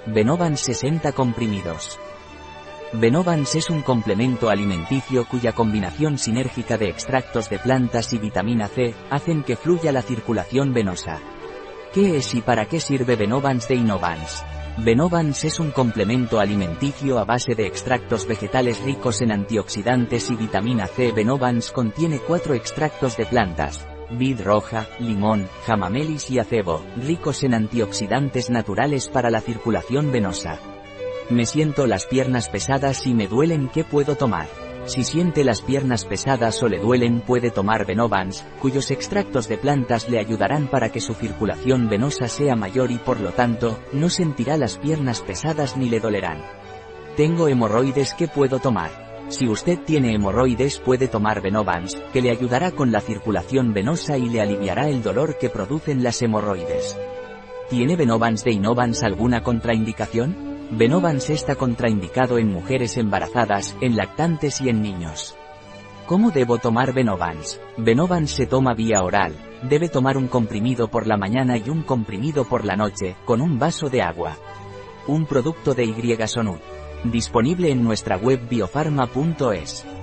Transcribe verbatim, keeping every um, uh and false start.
Venovans sesenta comprimidos. Venovans es un complemento alimenticio cuya combinación sinérgica de extractos de plantas y vitamina C hacen que fluya la circulación venosa. ¿Qué es y para qué sirve Venovans de Innovans? Venovans es un complemento alimenticio a base de extractos vegetales ricos en antioxidantes y vitamina C. Venovans contiene cuatro extractos de plantas: vid roja, limón, hamamelis y acebo, ricos en antioxidantes naturales para la circulación venosa. Me siento las piernas pesadas y me duelen, ¿qué puedo tomar? Si siente las piernas pesadas o le duelen, puede tomar Venovans, cuyos extractos de plantas le ayudarán para que su circulación venosa sea mayor y por lo tanto, no sentirá las piernas pesadas ni le dolerán. Tengo hemorroides, ¿qué puedo tomar? Si usted tiene hemorroides, puede tomar Venovans, que le ayudará con la circulación venosa y le aliviará el dolor que producen las hemorroides. ¿Tiene Venovans de Innovans alguna contraindicación? Venovans está contraindicado en mujeres embarazadas, en lactantes y en niños. ¿Cómo debo tomar Venovans? Venovans se toma vía oral. Debe tomar un comprimido por la mañana y un comprimido por la noche, con un vaso de agua. Un producto de Y Sonut. Disponible en nuestra web biofarma punto es.